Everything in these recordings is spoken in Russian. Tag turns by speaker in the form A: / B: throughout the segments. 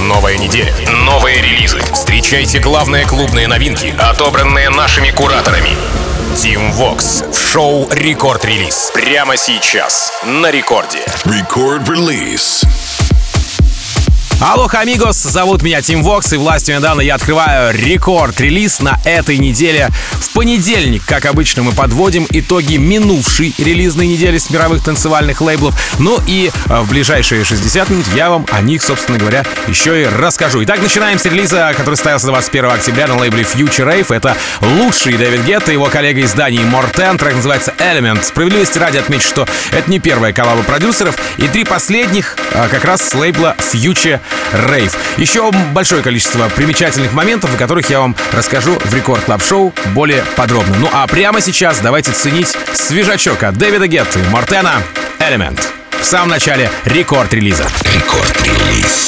A: Новая неделя, новые релизы. Встречайте главные клубные новинки, отобранные нашими кураторами. Team Vox в шоу «Рекорд-релиз». Прямо сейчас на Рекорде.
B: Рекорд-релиз.
C: Алло, амигос, зовут меня Team Vox, и властью недавно я открываю рекорд-релиз на этой неделе. В понедельник, как обычно, мы подводим итоги минувшей релизной недели с мировых танцевальных лейблов. Ну и в ближайшие 60 минут я вам о них, собственно говоря, еще и расскажу. Итак, начинаем с релиза, который состоялся 21 октября на лейбле Future Rave. Это лучший Дэвид Гетта, его коллега из Дании Мортен. Трек называется Element. Справедливости ради отмечу, что это не первая коллаба продюсеров, и три последних как раз с лейбла Future Rave. Еще большое количество примечательных моментов, о которых я вам расскажу в Рекорд Клаб Шоу более подробно. Ну а прямо сейчас давайте ценить свежачок от Дэвида Гетты и Мортена Element. В самом начале рекорд-релиза.
B: Рекорд-релиз.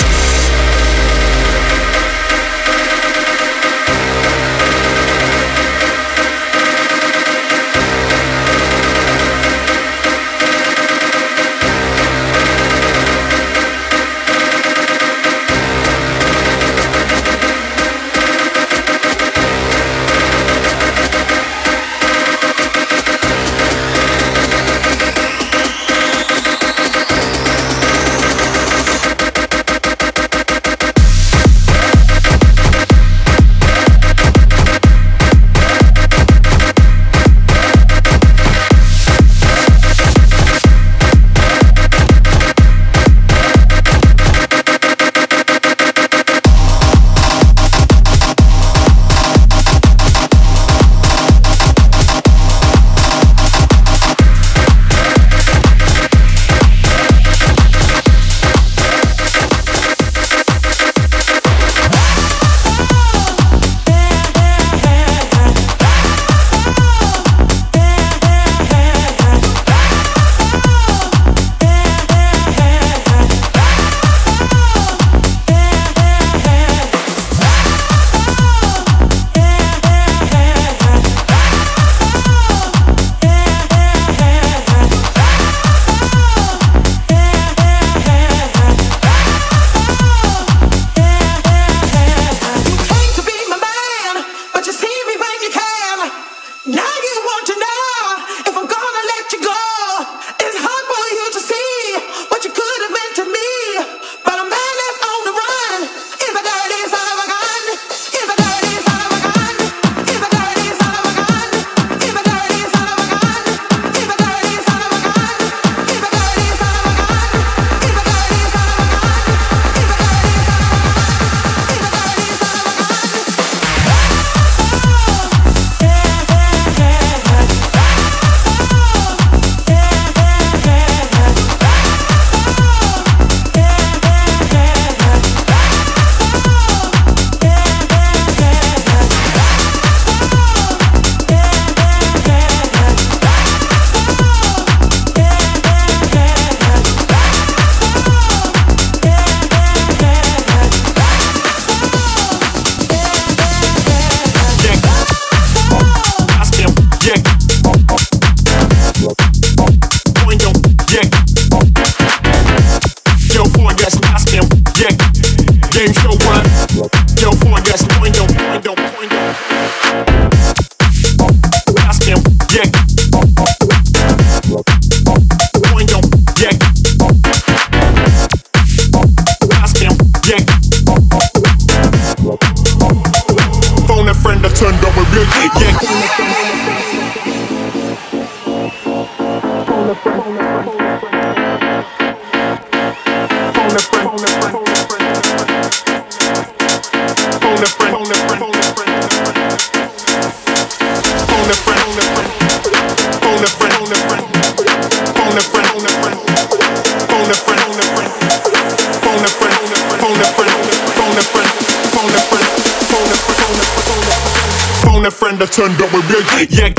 D: Turned up with big, yeah.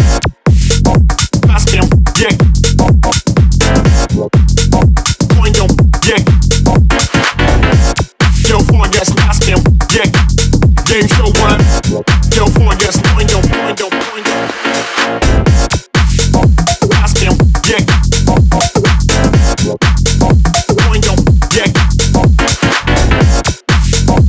D: Ask him, yeah. Point him, yeah. Yo, for yes, ask him, yeah. Game show one. Yo, for yes, point him, point him, point him. Ask him, yeah. Point him, yeah.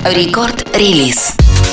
E: Рекорд-релиз.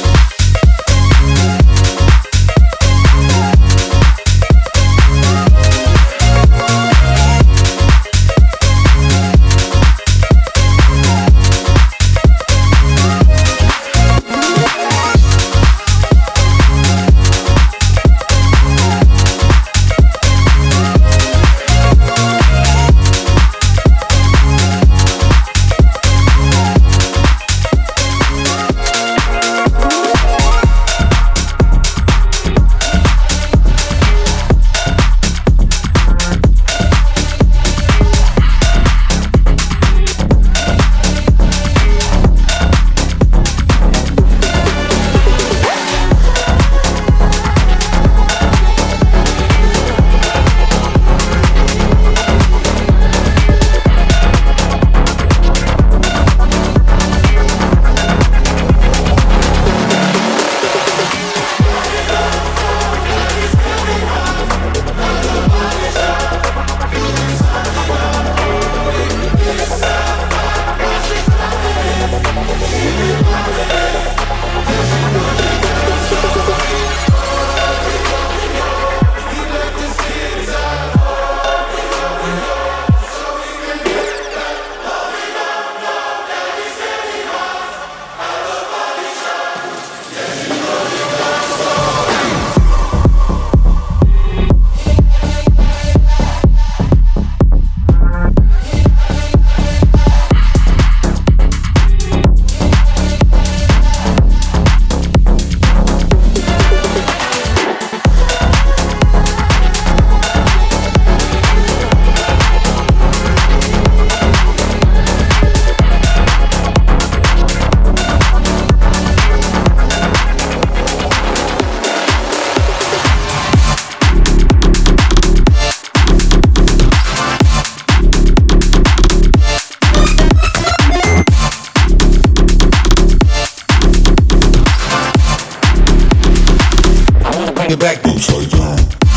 B: It back upside down.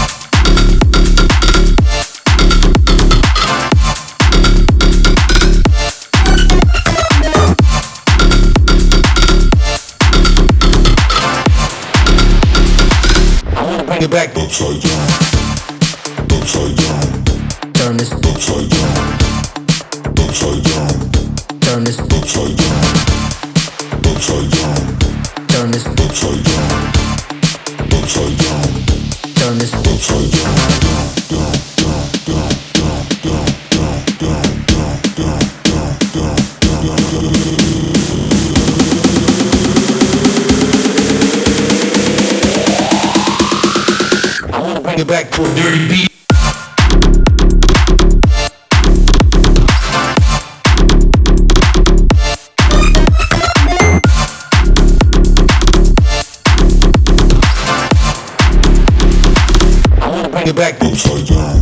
B: Bring it back upside down. Upside down. Turn this upside down. Upside down. Turn this upside down. Upside down. Turn this upside down. Upside down. Turn this upside down. Down, down, down, down, down, down, down, down, down, down, down, down. Bring it back to a dirty beat. Bring it back upside down.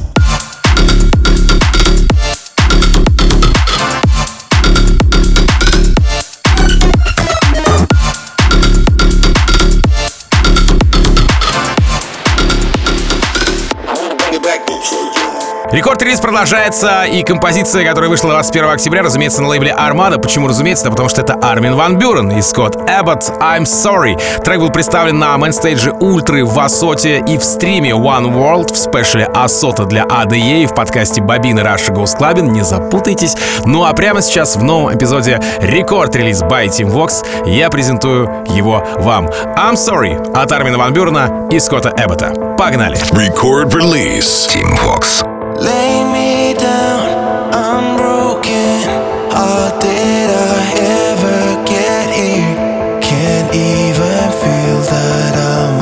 C: Рекорд-релиз продолжается, и композиция, которая вышла 21 октября, разумеется, на лейбле Armada. Почему разумеется? Да потому что это Армин Ван Бюрен и Скотт Эббот «I'm Sorry». Трек был представлен на мейнстейдже Ультры в Асоте и в стриме One World в спешле Асота для ADE в подкасте Бобины Russia Goes Clubbing. Не запутайтесь. Ну а прямо сейчас в новом эпизоде Рекорд-релиз by Team Vox я презентую его вам. «I'm Sorry» от Армина Ван Бюрена и Скотта Эббота. Погнали!
B: Record-release Team Vox.
F: Lay me down, I'm broken. How did I ever get here? Can't even feel that I'm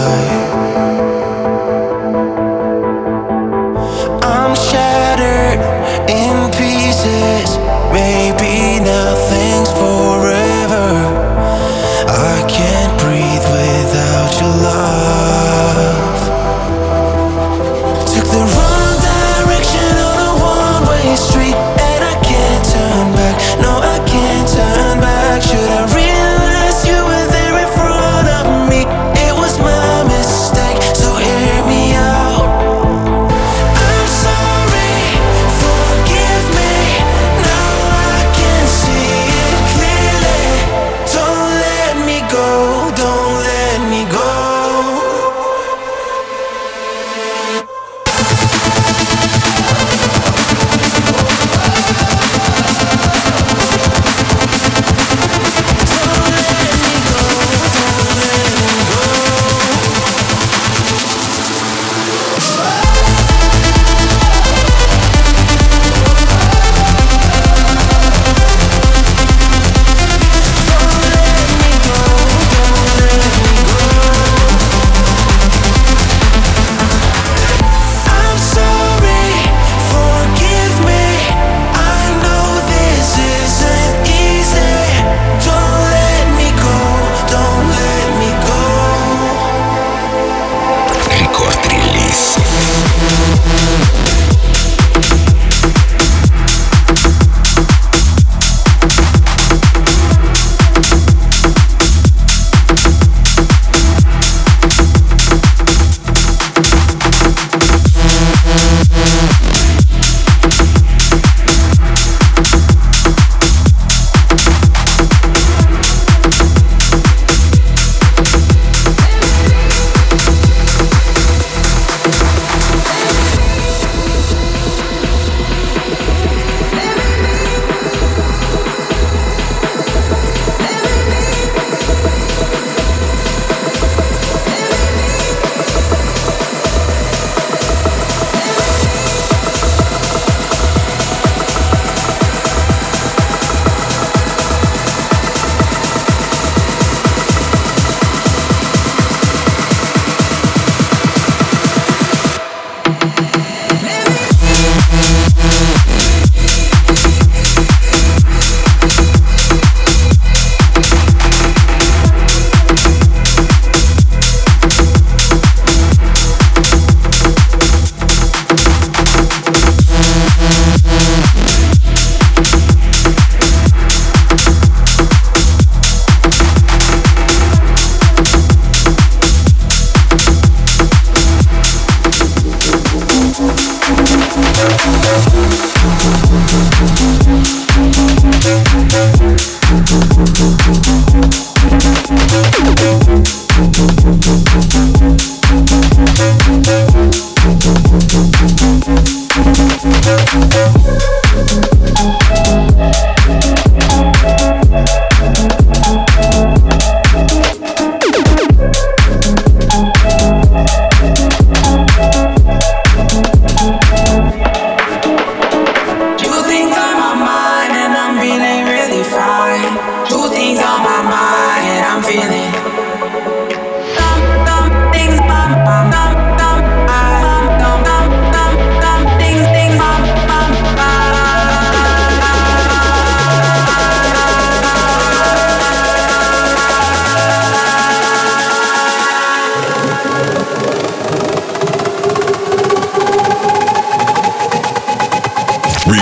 F: alive. I'm shattered in pieces. Maybe nothing's forever. I can't breathe without your love. Took the wrong street at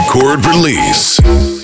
E: Record Release.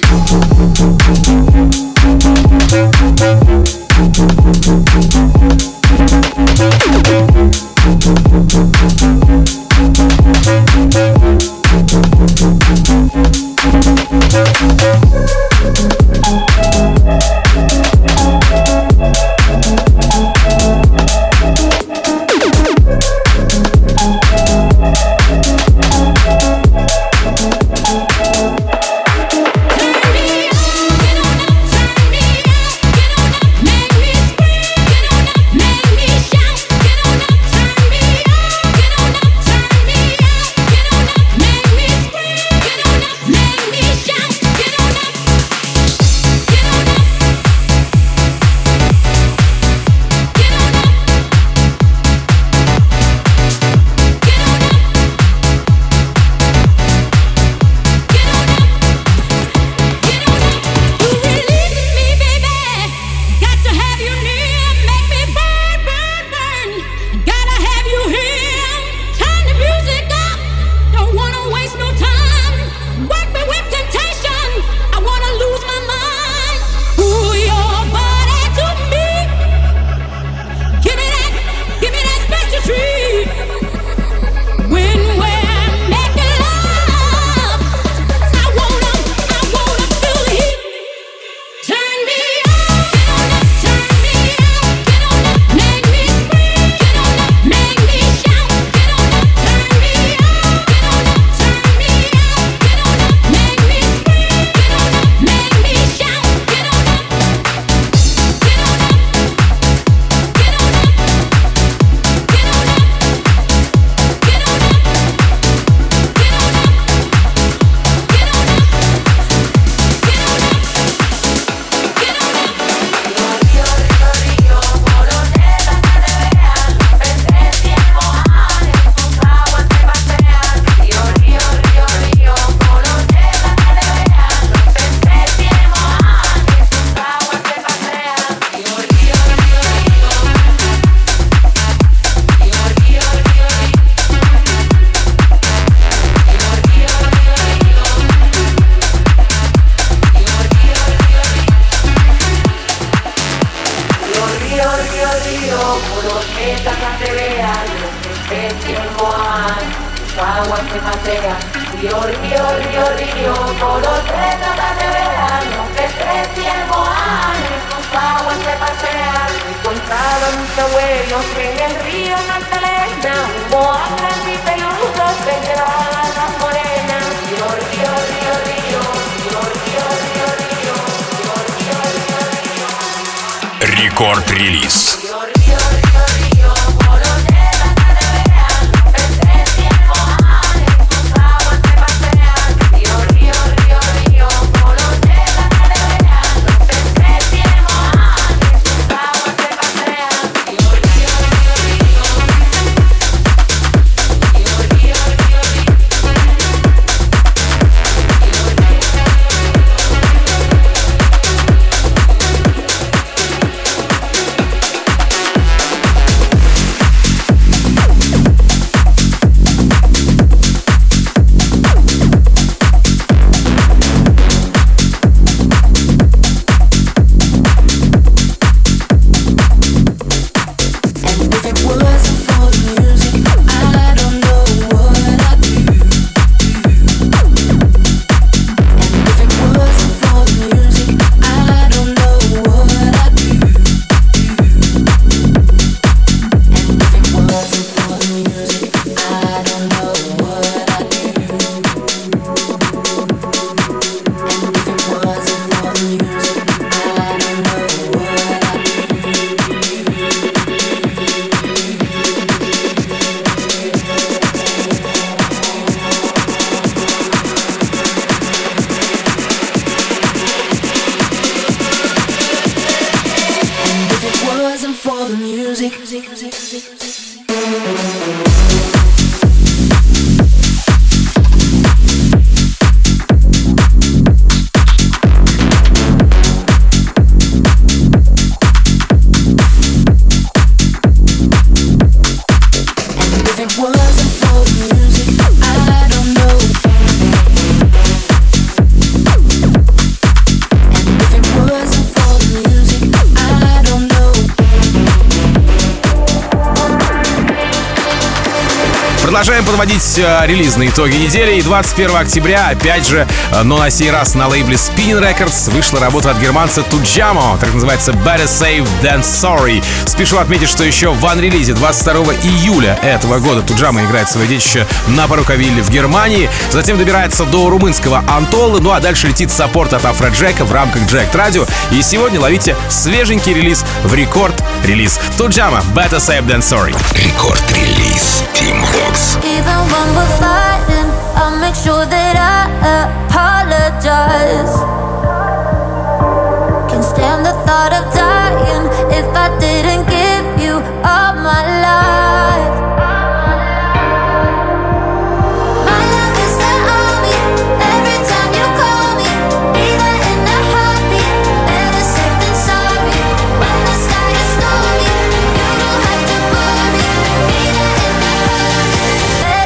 A: Рекорд-релиз.
C: Продолжаем подводить релизные итоги недели. И 21 октября, опять же, но на сей раз на лейбле Spinnin' Records вышла работа от германца Tujamo. Так называется Better Safe Than Sorry. Спешу отметить, что еще в анрелизе 22 июля этого года Tujamo играет свое детище на Паруковилле в Германии. Затем добирается до румынского Антолы. Ну а дальше летит саппорт от Афроджека в рамках Jacked Radio. И сегодня ловите свеженький релиз в рекорд-релиз. Tujamo Better Safe Than Sorry.
A: Рекорд-релиз Team Vox.
E: Even when we're fighting, I'll make sure that I apologize. Can't stand the thought of dying if I didn't give you all my life. My love is the army, every time you call me. Be there in a heartbeat, better safe than sorry. When the sky is stormy, you don't have to worry. Be there in a heartbeat.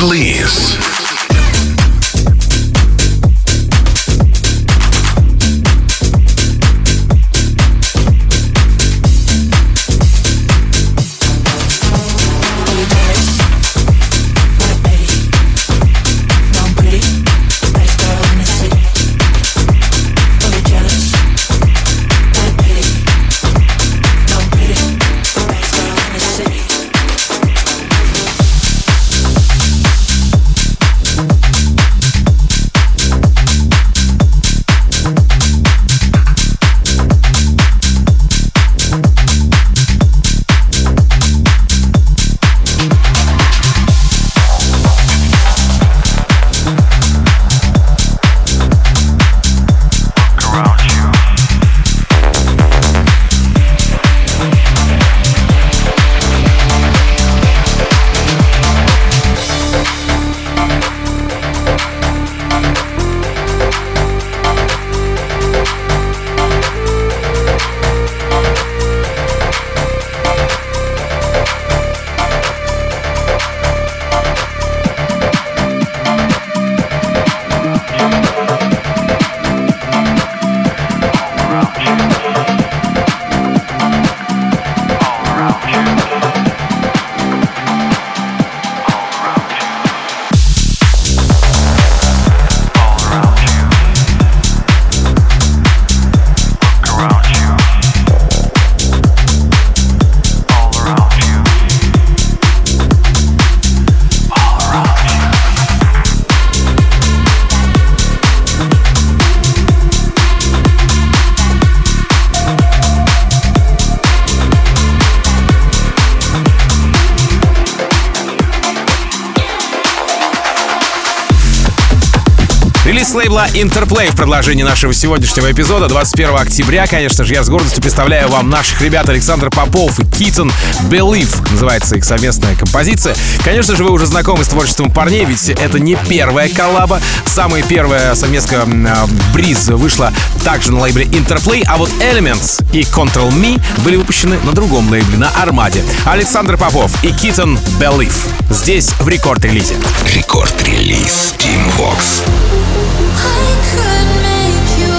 G: Release.
C: Релиз лейбла Interplay в продолжении нашего сегодняшнего эпизода. 21 октября, конечно же, я с гордостью представляю вам наших ребят Александр Попов и Keaton Believe. Называется их совместная композиция. Конечно же, вы уже знакомы с творчеством парней, ведь это не первая коллаба. Самая первая совместка Breeze вышла также на лейбле Interplay, а вот Elements и Control Me были выпущены на другом лейбле, на Армаде. Александр Попов и Keaton Believe здесь в рекорд-релизе.
G: Рекорд-релиз Team Vox.
E: I could make you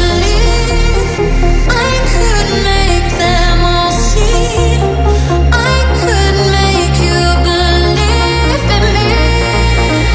E: believe. I could make them all see. I could make you believe in me.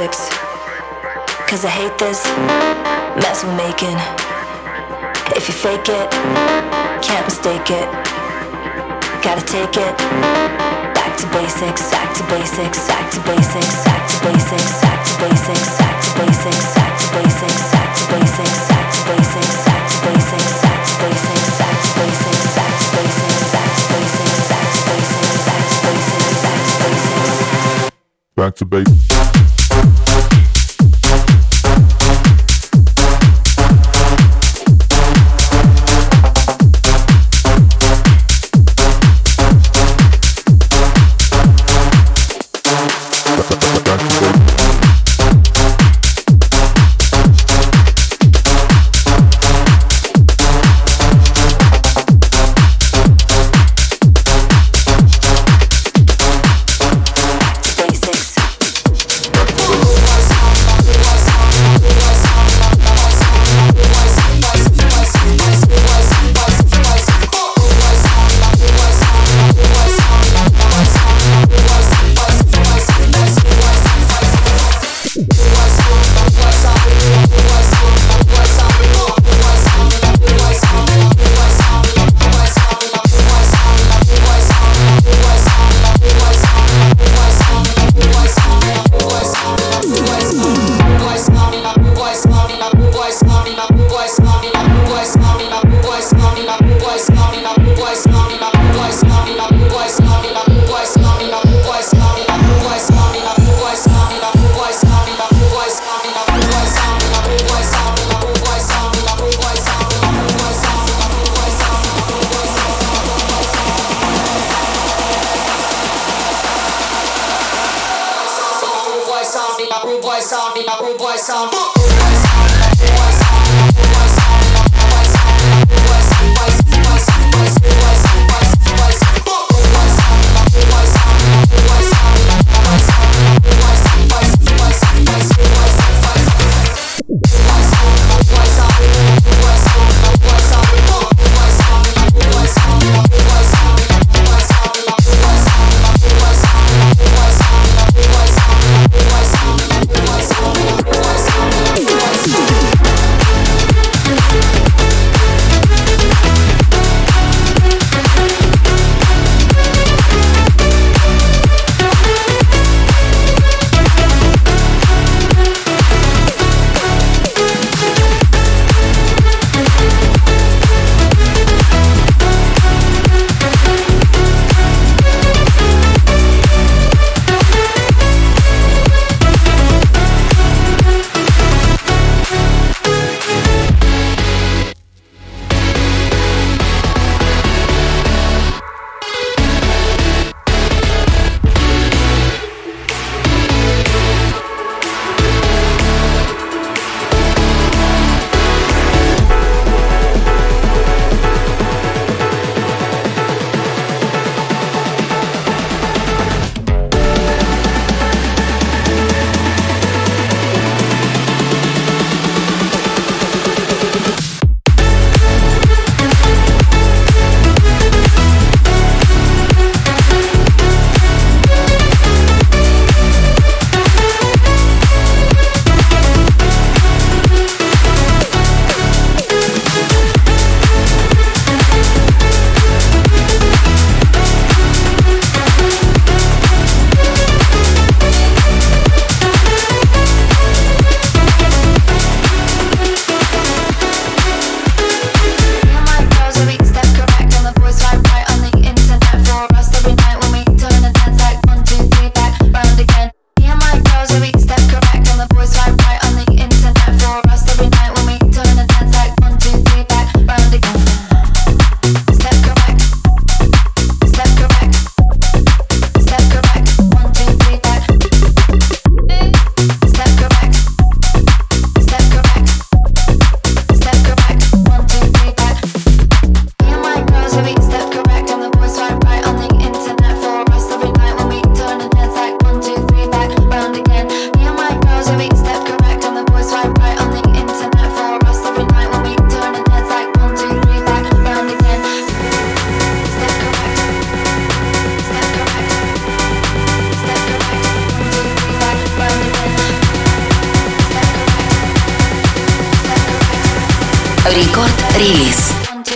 H: basics. Cause I hate this mess we're making. If you fake it, can't mistake it. Gotta take it back to basics, back to basics, back to basics, back to basics, back to basics, back to basics, back to basics, back to basics, back to basics, back to basics, back to basics, back to basics, back to basics, back to basics, back to basics, back to basics, back to basics, back to basics.
I: Рекорд-релиз.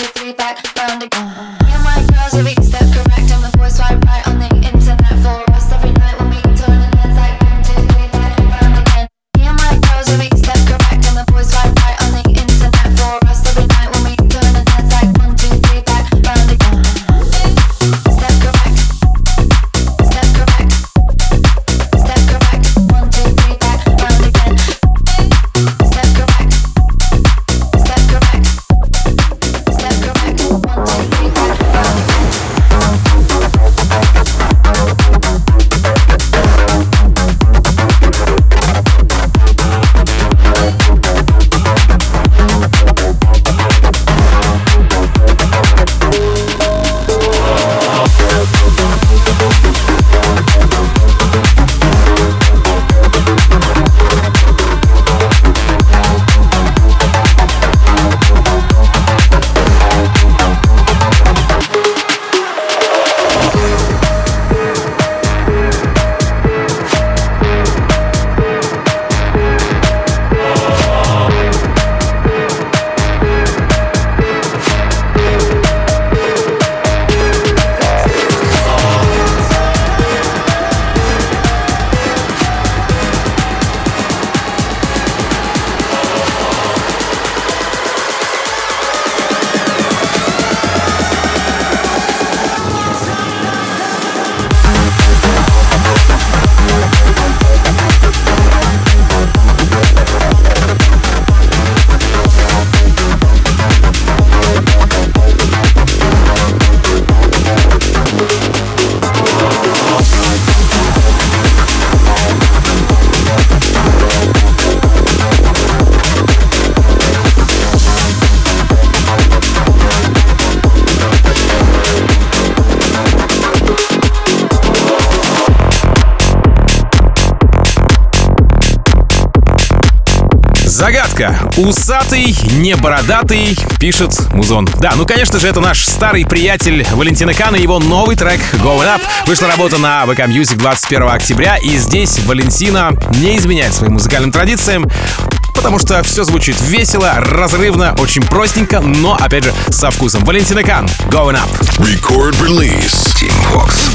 C: Загадка. Усатый, не бородатый, пишет Музон. Да, ну конечно же, это наш старый приятель Валентина Кан и его новый трек Going Up. Вышла работа на VK Music 21 октября, и здесь Валентина не изменяет своим музыкальным традициям, потому что все звучит весело, разрывно, очень простенько, но, опять же, со вкусом. Валентина Кан, Going Up.
G: Record Release. Team Vox.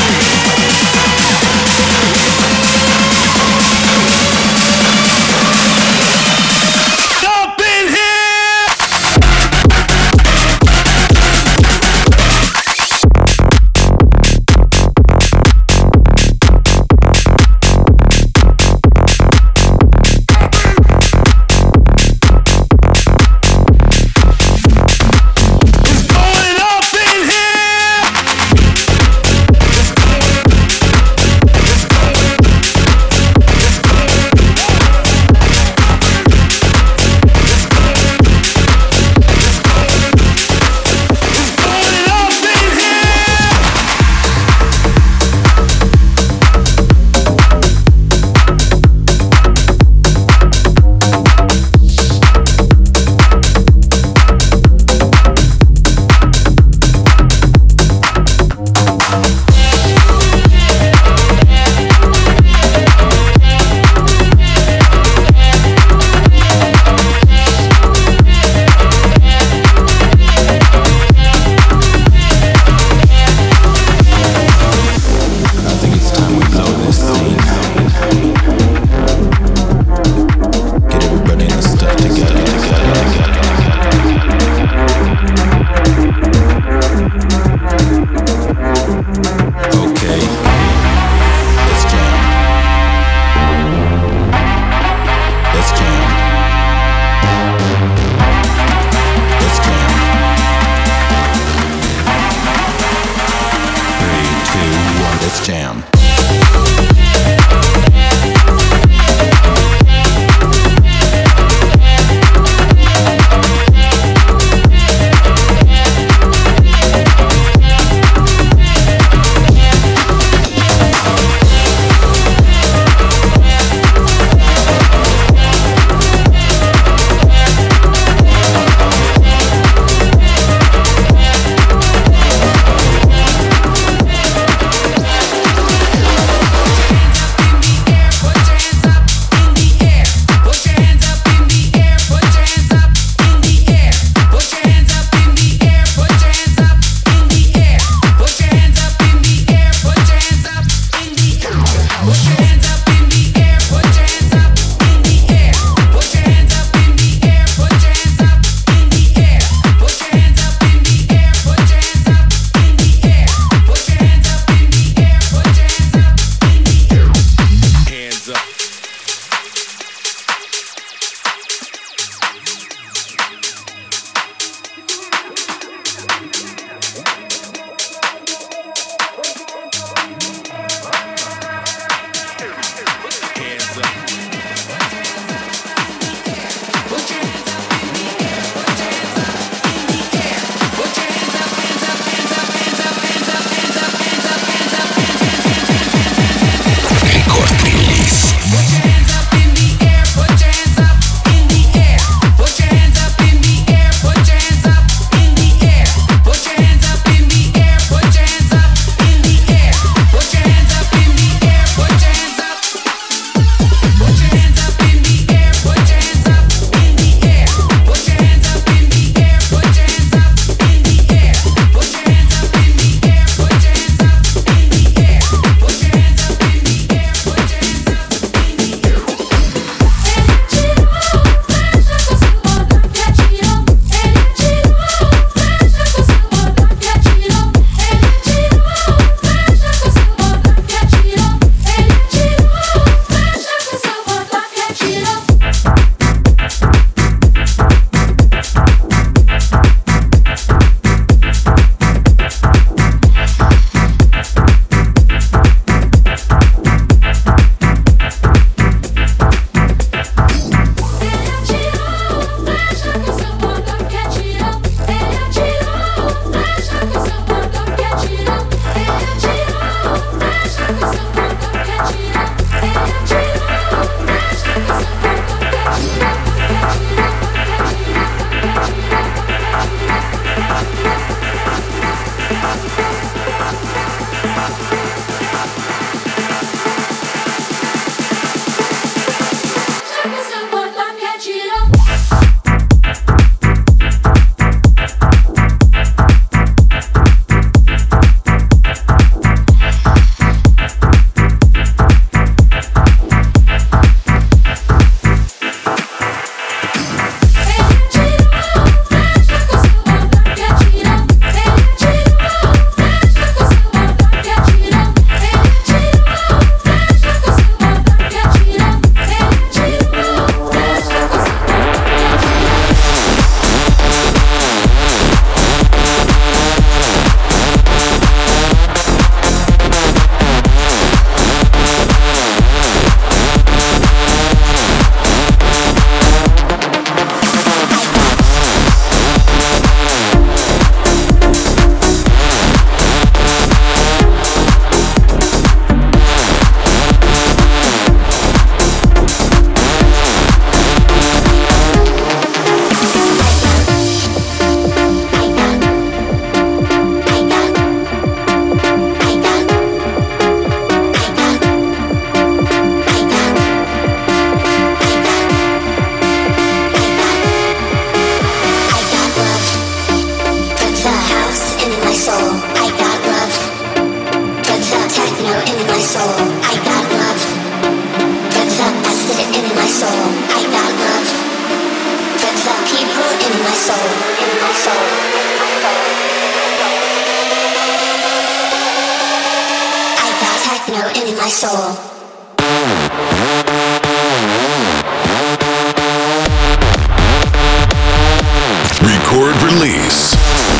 F: We'll be right back.
H: soul.
G: Record release.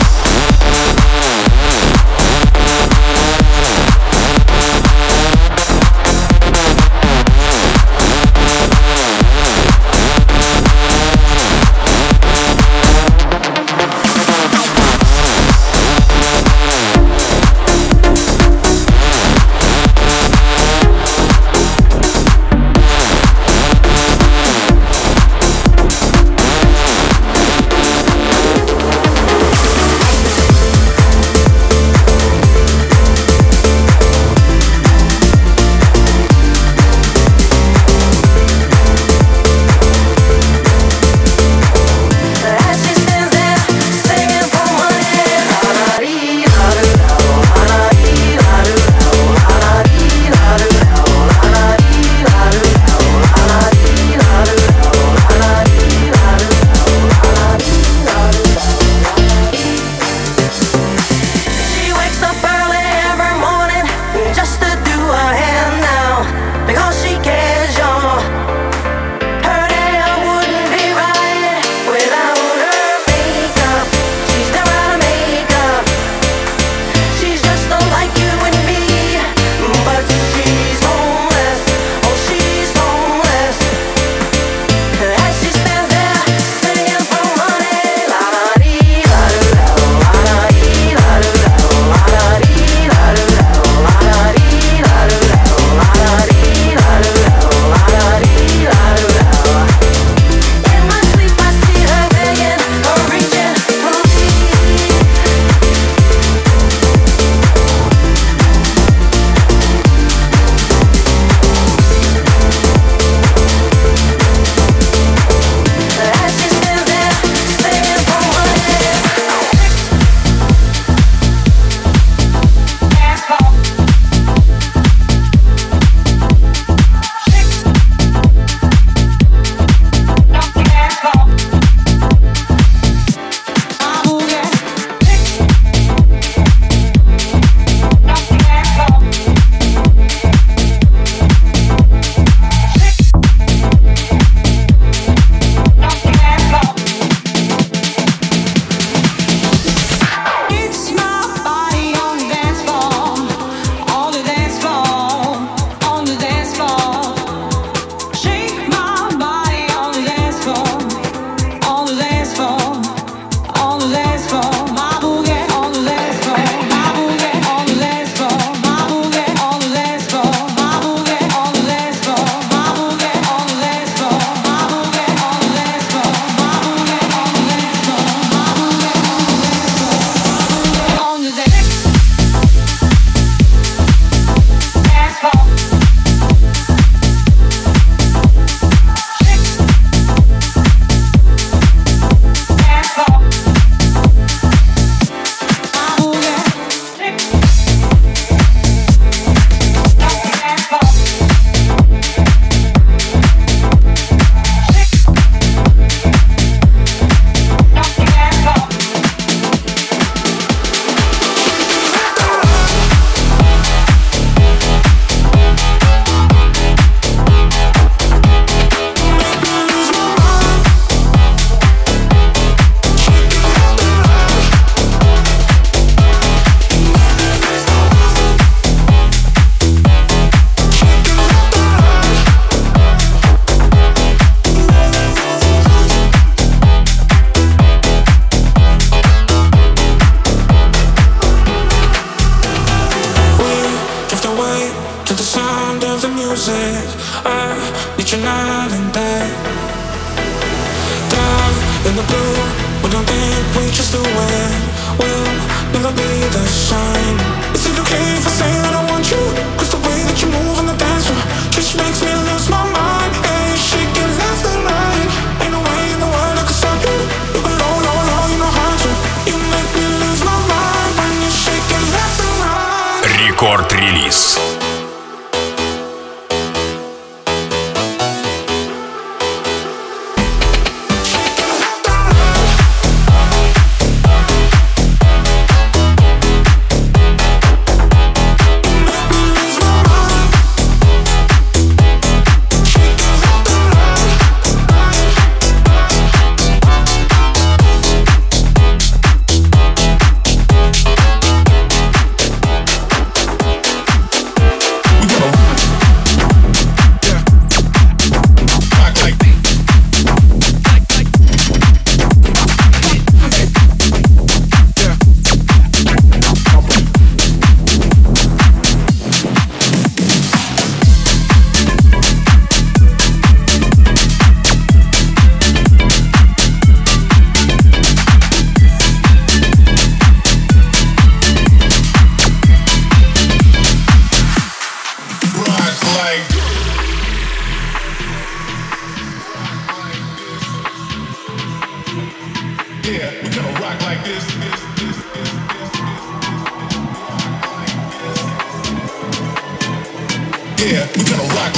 A: Рекорд-релиз.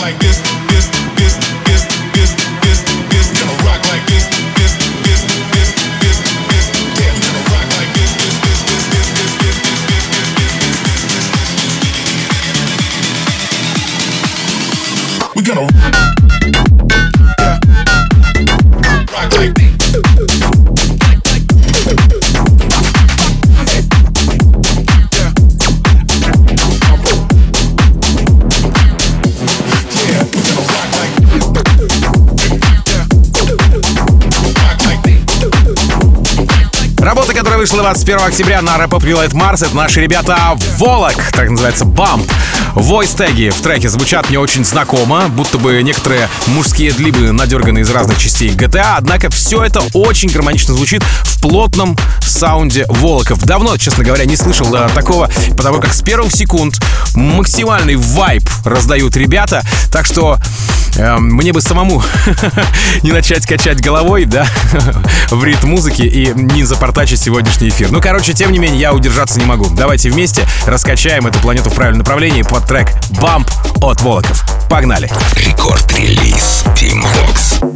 B: like this, this, this, this, this, this, this. We gonna rock like this, this, this, this, this, this. Yeah, we gonna rock like this, this, this, this, this, this, this, this, this, this, this. We gonna rock like this.
C: Работа, которая вышла 21 октября на Rap Up Real Mars, это наши ребята Волок, так называется Bump. Войс-теги в треке звучат мне очень знакомо, будто бы некоторые мужские длибы надерганы из разных частей GTA, однако все это очень гармонично звучит в плотном саунде Волоков. Давно, честно говоря, не слышал такого, потому как с первых секунд максимальный вайб раздают ребята, так что мне бы самому не начать качать головой, да, в ритм музыки и не запортачить сегодняшний эфир. Ну, короче, тем не менее, я удержаться не могу. Давайте вместе раскачаем эту планету в правильном направлении под трек «Bump» от Волоков. Погнали!
G: Рекорд-релиз Team Vox.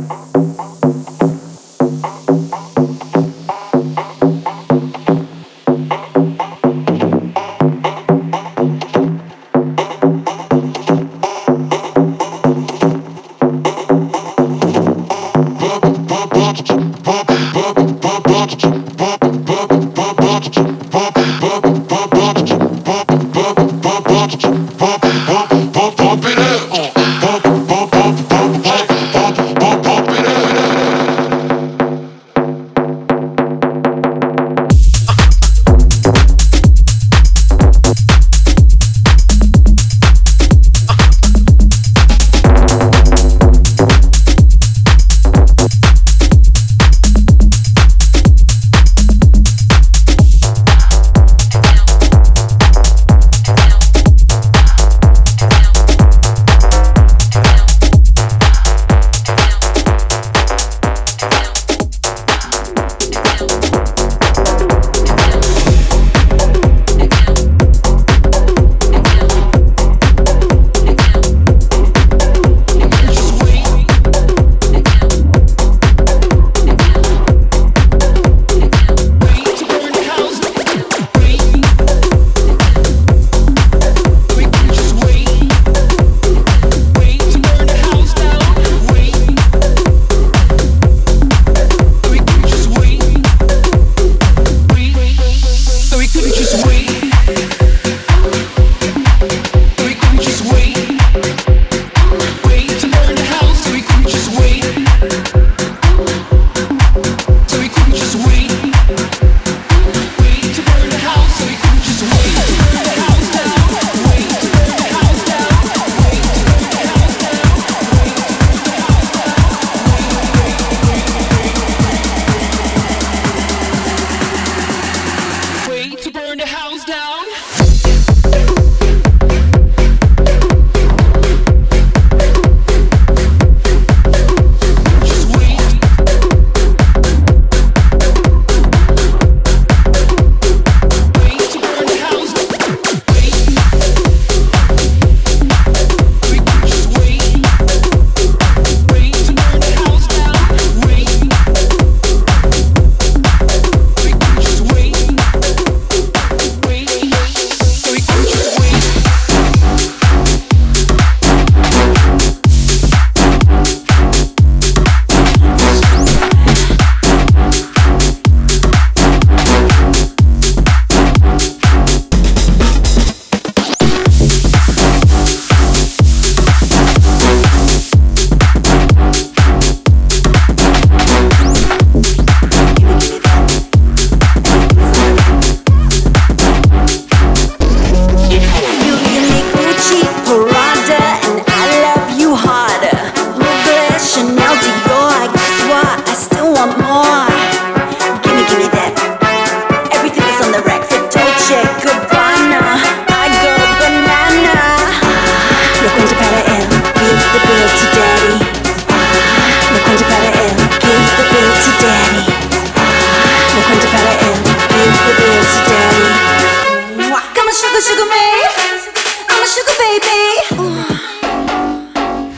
E: sugar, sugar me. I'm a sugar baby.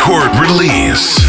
G: Record release.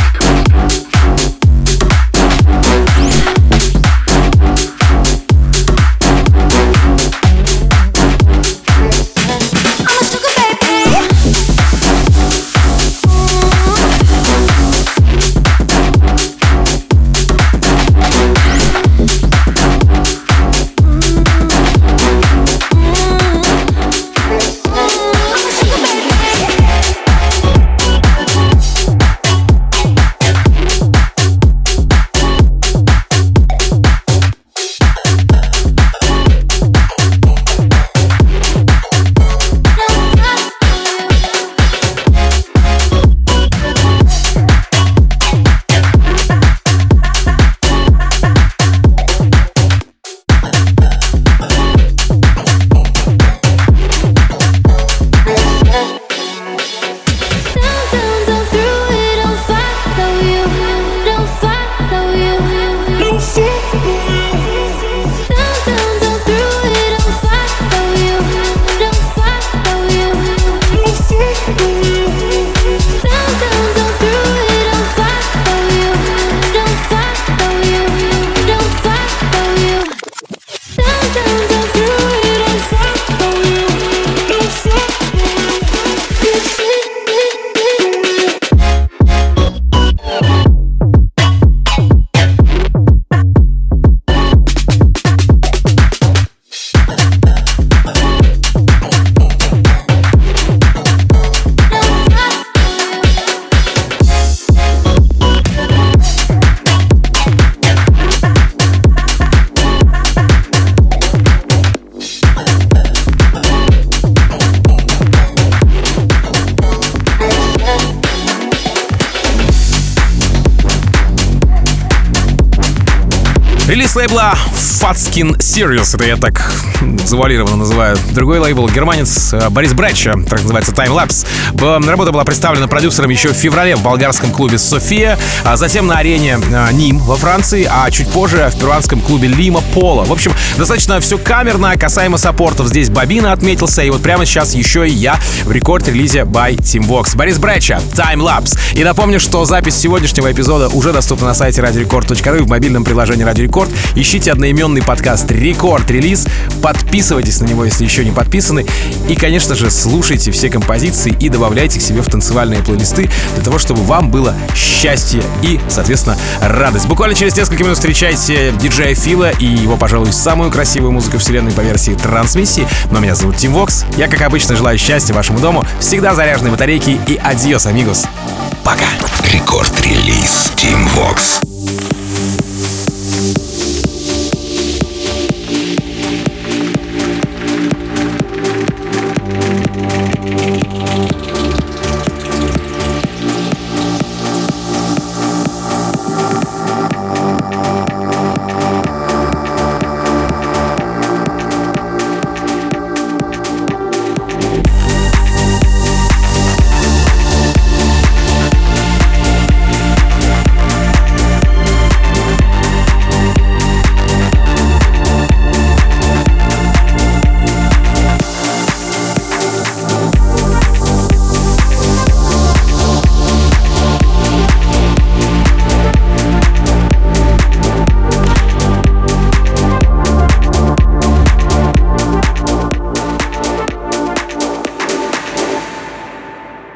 C: Релиз лейбла Fatskin Serious, это я так завуалированно называю. Другой лейбл, германец Борис Бретча, так называется Time Lapse. Работа была представлена продюсером еще в феврале в болгарском клубе «София», а затем на арене Ним во Франции, а чуть позже в перуанском клубе Лима Поло. В общем, достаточно все камерно, касаемо саппортов. Здесь Бобина отметился, и вот прямо сейчас еще и я в рекорд-релизе by Team Vox. Борис Бретча, Time Lapse. И напомню, что запись сегодняшнего эпизода уже доступна на сайте radiorecord.ru в мобильном приложении Radio Record. Ищите одноименный подкаст «Рекорд-релиз», подписывайтесь на него, если еще не подписаны, и, конечно же, слушайте все композиции и добавляйте к себе в танцевальные плейлисты для того, чтобы вам было счастье и, соответственно, радость. Буквально через несколько минут встречайте диджея Фила и его, пожалуй, самую красивую музыку вселенной по версии трансмиссии. Но меня зовут Team Vox. Я, как обычно, желаю счастья вашему дому, всегда заряженной батарейки и адьос, амигос. Пока.
G: Рекорд-релиз Team Vox.